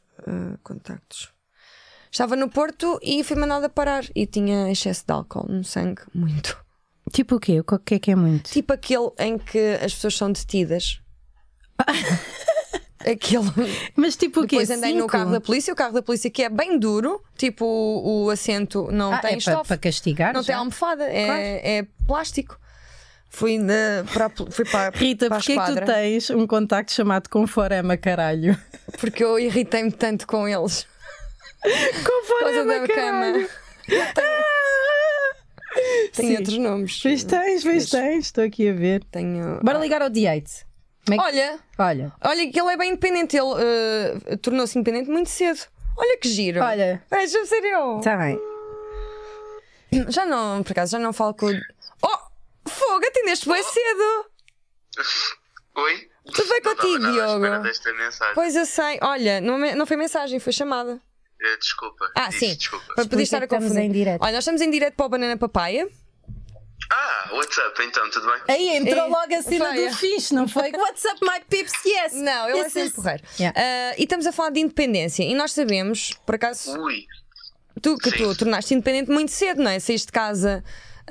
Estava no Porto e fui mandada parar. E tinha excesso de álcool no sangue, muito. Tipo o quê? O que é muito? Tipo aquele em que as pessoas são detidas. Aquele. Mas tipo o quê? Depois andei no carro da polícia, o carro da polícia que é bem duro, tipo o assento não tem é estofo, para castigar? não já? tem almofada, é plástico. Fui para Rita, para a porquê que tu esquadra, tens um contacto chamado Conforama, caralho? porque eu irritei-me tanto com eles. Por causa Conforama, da caralho! cama. Tenho Sim. outros nomes. Pois tens, estou aqui a ver. Tenho... Bora ligar ao D8. Olha que ele é bem independente, ele tornou-se independente muito cedo. Olha que giro. Olha. Veja, sério. Está bem. Já não, por acaso, já não falo com o... Oh, fogo, atendeste bem cedo. Oi? Tudo bem contigo, Não estava nada à espera Diogo? desta mensagem. Pois eu sei. Olha, não foi mensagem, foi chamada. Desculpa. Sim. Desculpa. Para poder estar a Estamos confundir. em direto. Olha, nós estamos em direto para o Banana Papaya. What's up então, tudo bem? Aí entrou logo a cena Foi. do fixe, não foi? What's up, my pips? Yes! Não, ele é Yes, sempre yes. porreiro. Yeah. E estamos a falar de independência. E nós sabemos, por acaso, Ui. tu Sim. tornaste independente muito cedo, não é? Saíste de casa.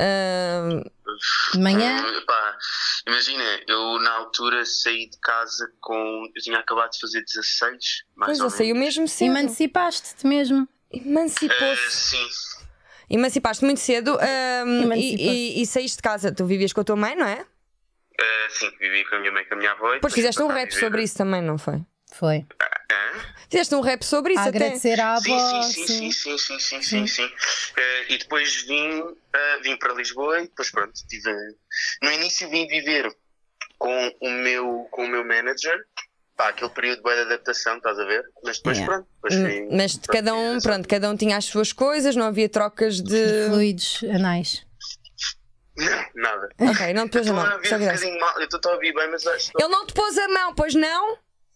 De manhã? Pá, imagina, eu na altura saí de casa eu tinha acabado de fazer 16, mais Pois ou eu menos. saiu mesmo cedo. Emancipaste-te mesmo. Emancipou-se. Sim. Emancipaste muito cedo Emancipaste. e saíste de casa. Tu vivias com a tua mãe, não é? Sim, vivi com a minha mãe e com a minha avó. e Depois depois fizeste fui um para cá rap viver. sobre isso também, não foi? Foi. Fizeste um rap sobre isso A até. agradecer à avó. Sim. E depois vim para Lisboa e depois pronto, no início vim viver com o meu manager, pá, aquele período de adaptação, estás a ver? Mas depois Yeah. pronto, depois vim, Mas cada um tinha as suas coisas, não havia trocas de. Fluidos anais. Não, nada. Ok, não te pôs a Estou mão. a ouvir Só um graça. bocadinho mal, eu estou a ouvir bem, mas acho que Ele não te pôs a mão, pois não?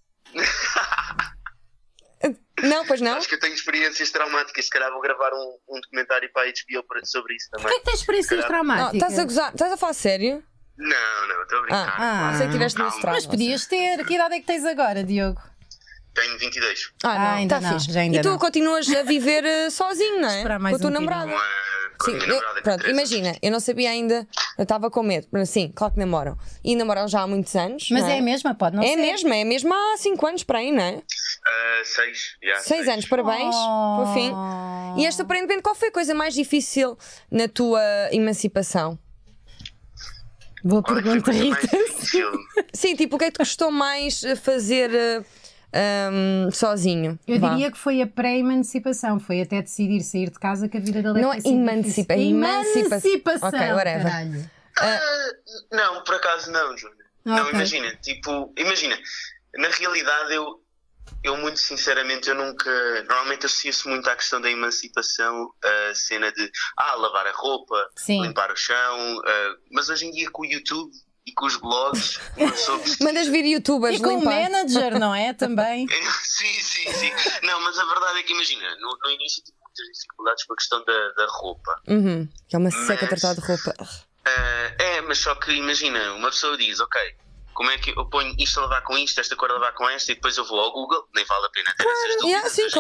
Não, pois não? acho que eu tenho experiências traumáticas, se calhar vou gravar um documentário para a HBO sobre isso também. Porquê que tens experiências Não, traumáticas? estás a gozar, estás a falar sério? Não, estou a brincar. Sei que tiveste no estrado. Mas podias ter. Que idade é que tens agora, Diogo? Tenho 22. Não, ainda tá não, fixe. já ainda e tu não. continuas a viver sozinho, não é? Esperar Com mais a tua um bocadinho. namorada. Com a Sim, minha namorada. pronto, com imagina, eu não sabia ainda, eu estava com medo, mas sim, claro que namoram. E namoram já há muitos anos. Mas não é a mesma, pode não é ser. mesmo, há 5 anos para aí, não é? 6. 6 anos, parabéns, por fim. E esta aparentemente, qual foi a coisa mais difícil na tua emancipação? Boa pergunta, Rita. Sim, tipo, o que é que te custou mais fazer sozinho? Eu Vá. diria que foi a pré-emancipação. Foi até decidir sair de casa que a vida dele Não é é emancipação. Ok, whatever. caralho. Não, por acaso não, Júlia. Não, Ok. imagina, na realidade eu muito sinceramente, eu nunca, normalmente associo-se muito à questão da emancipação, a cena de, lavar a roupa, Sim. limpar o chão, mas hoje em dia com o YouTube e com os blogs, uma pessoa Mandas vir youtubers E com o limpar. manager, não é? Também. Sim. Não, mas a verdade é que imagina, no início tive muitas dificuldades com a questão da roupa. Que é uma seca tratar de roupa. Mas só que imagina, uma pessoa diz, ok, como é que eu ponho isto a lavar com isto, esta cor a lavar com esta, e depois eu vou ao Google, nem vale a pena ter essas dúvidas. Sim, hoje em claro. dia.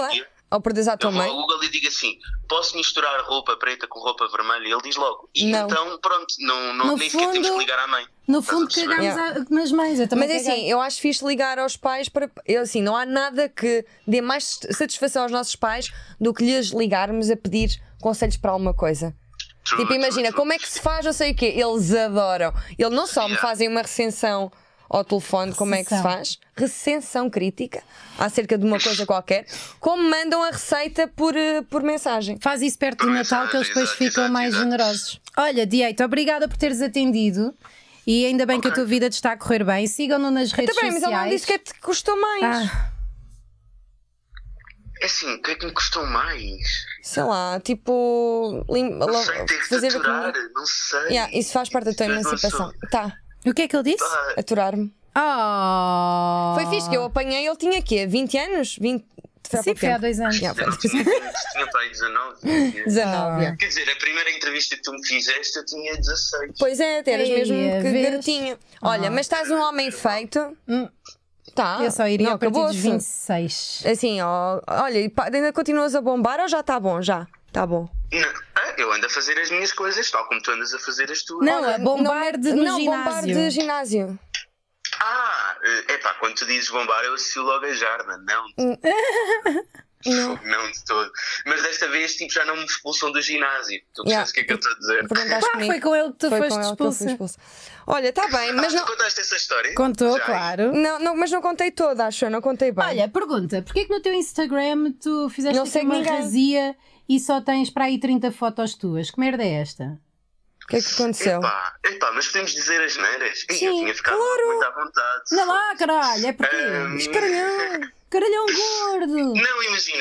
Ou perdes à tua Eu vou mãe? ao Google e digo assim: posso misturar roupa preta com roupa vermelha? E ele diz logo. E Não. então, pronto, No nem sequer temos fundo- que ligar à mãe. No Estás a fundo, perceber? cagamos nas mães. Eu também Mas é caguei. assim, eu acho fixe ligar aos pais para. Eu, assim, não há nada que dê mais satisfação aos nossos pais do que lhes ligarmos a pedir conselhos para alguma coisa. True, Tipo, imagina, true, como é que se faz, não sei o quê. Eles adoram. Eles não só me Yeah. fazem uma recensão ao telefone, como é que se faz, recensão crítica acerca de uma coisa qualquer, como mandam a receita por mensagem. Faz isso perto do Por Natal que eles depois mensagem, ficam exato, mais exato. generosos. Olha, Dieito, obrigada por teres atendido e ainda bem que a tua vida te está a correr bem. Sigam-no nas redes Também, mas sociais. ele não disse que é que te custou mais. Ah, É assim, o que é que me custou mais? Sei lá, tipo. Não sei, ter que fazer a aturar, comida. não sei. Yeah, isso faz parte da tua Mas não emancipação. sou. Tá, o que é que ele disse? Ah, aturar-me. Oh. Foi fixe que eu apanhei, ele tinha quê? 20 anos? 20. Foi há Sim, pouco foi há tempo. 2 anos. Yeah, foi há eu 2 anos. tinha para aí 19. 19, yeah. Quer dizer, a primeira entrevista que tu me fizeste eu tinha 16. Pois é, até eras Ei, mesmo que vês? garotinha. Olha, mas estás um homem feito. Tá. Eu só iria não, a partir dos acabou-se. 26. Assim, ó, olha, e ainda continuas a bombar ou já está bom? Já, está bom. Não, eu ando a fazer as minhas coisas, tal como tu andas a fazer as tuas. Não, a bombar no não, ginásio. bombar de ginásio. Quando tu dizes bombar, eu associo logo a Jarda. Não. Não de todo. Mas desta vez, tipo, já não me expulsam do ginásio. Tu percebes o que é que eu estou a dizer? Perguntaste Pá, comigo. foi com ele que tu Foi foste com ele que eu fui expulsa. expulsa. Olha, está bem, mas Tu não, contaste essa história? Contou, Já? claro. mas não contei toda, acho eu, não contei bem. Olha, pergunta, porquê que no teu Instagram tu fizeste Não aqui segue uma ninguém. razia e só tens para aí 30 fotos tuas? Que merda é esta? O que é que aconteceu? Epá, mas podemos dizer as neiras. Eu Sim, tinha ficado claro. muito à vontade. Não lá, caralho, é porque Caralhão! caralhão gordo. Não, imagina,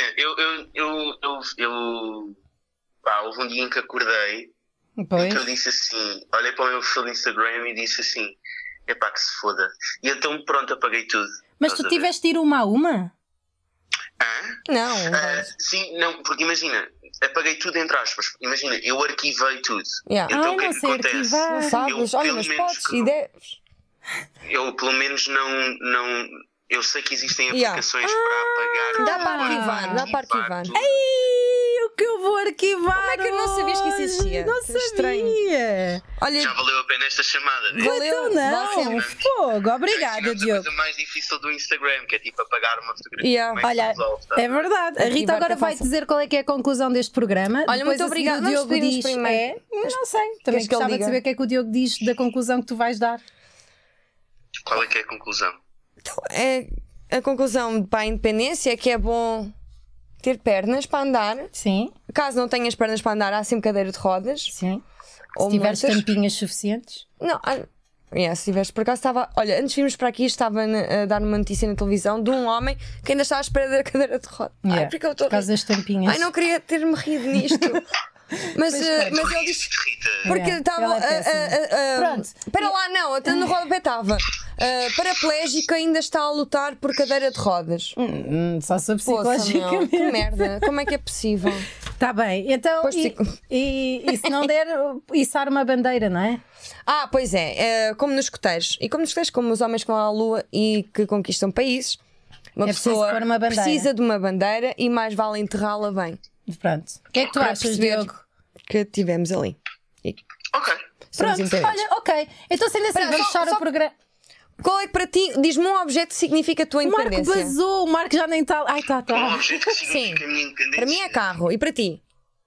houve um dia em que acordei e Pois. que eu disse assim, olhei para o meu perfil do Instagram e disse assim, epá, que se foda. E então pronto, apaguei tudo. Mas tu Estás a ver? tiveste de ir uma a uma? Hã? Não, Sim, não, porque imagina, apaguei tudo entre aspas. Imagina, eu arquivei tudo. Yeah. Então Ai, o que é não que sei acontece? arquivar. não sabes? eu, Olha, pelo mas menos podes que e não- deves. Eu pelo menos não. Eu sei que existem Yeah. aplicações para apagar. Dá para tudo, arquivar, dá para arquivar. tudo. Ei, o que eu vou arquivar? Como é que eu não sabias que isso existia? Não Que sabia. estranho. Olha, Já valeu a pena esta chamada. né? valeu. Então não, Você- fogo, obrigada, Tivemos a Diogo. coisa mais difícil do Instagram, que é tipo apagar uma fotografia. Yeah. Como é que se Olha, resolve, tá? é verdade. A Rita Arquivar agora que vai faça. dizer qual é que é a conclusão deste programa. Olha, Depois muito a seguir obrigada. O Vamos Diogo despedir-nos diz. primeiro. Não sei. Também Queres que ele gostava de diga? saber o que é que o Diogo diz da conclusão que tu vais dar. Qual é que é a conclusão? É, a conclusão para a independência é que é bom ter pernas para andar. Sim, Caso não tenhas pernas para andar, há sempre cadeira de rodas. sim. Ou Se tiveres muitas. tampinhas suficientes. Não, se tiveste por acaso estava. Olha, antes de virmos para aqui, estava a dar uma notícia na televisão de um homem que ainda está à espera da cadeira de rodas. Yeah, Ai, porque eu estou. por causa das tampinhas. Ai, não queria ter-me rido nisto. mas ele disse. Rita. Porque Yeah, estava. ela é péssima. Pronto. Espera lá, não, até no rodapé estava. Paraplégico ainda está a lutar por cadeira de rodas. Só sou Poça, meu, psicologicamente. que merda, como é que é possível? Está bem, então. Pois E se não der, içar uma bandeira, não é? Ah, pois é, como nos escoteiros. E como nos escoteiros, como os homens que vão à lua e que conquistam países, uma É preciso pessoa pôr uma bandeira. precisa de uma bandeira e mais vale enterrá-la bem. Pronto. O que é que tu Para achas, perceber Diogo? que tivemos ali. E Ok. somos Pronto, independentes. olha, ok. Então sendo assim, Espera, vamos só- fechar só- o programa. Qual é que para ti, diz-me um objeto que significa a tua O Marco independência? basou, o Marco já nem está. Ai, Um tá. objeto que significa a minha independência. Para mim é carro. E para ti?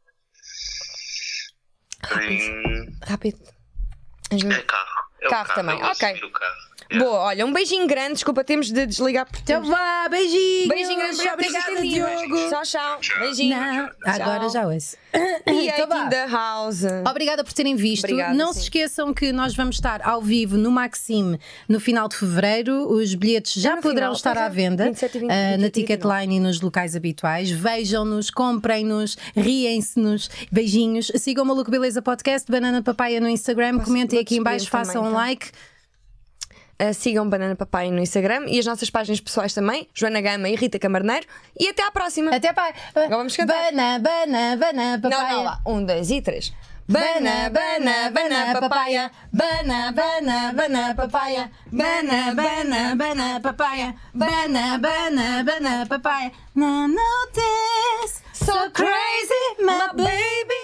Rápido. É carro. É o Carro também, eu vou ok. assumir o carro. Boa, olha, um beijinho grande. Desculpa, temos de desligar porque Então vá, beijinho. beijinho grande. Obrigada, Diogo. Tchau, tchau. Beijinho. Não, agora já ouço. E Então vá. in the house. Obrigada por terem visto. Obrigada, não sim. se esqueçam que nós vamos estar ao vivo no Maxime no final de fevereiro. Os bilhetes já no poderão final, estar pois é. à venda 27 e 20, na 28 e Ticketline e nos locais habituais. Vejam-nos, comprem-nos, riem-se-nos. Beijinhos. Sigam o Maluco Beleza Podcast, Banana Papaya no Instagram. Comentem vou aqui em baixo, despedir façam também, um então. like. Sigam Banana Papai no Instagram e as nossas páginas pessoais também, Joana Gama e Rita Camarneiro. E até à próxima. Até pá. vamos cantar. Bana, Não, papaya. não, lá. 1, 2 e 3. Bana, bana, bana, papaya. Bana, bana, bana, papaya. Bana, bana, bana, papaya. Bana, bana, bana, papaya. Now know this, so crazy, my baby.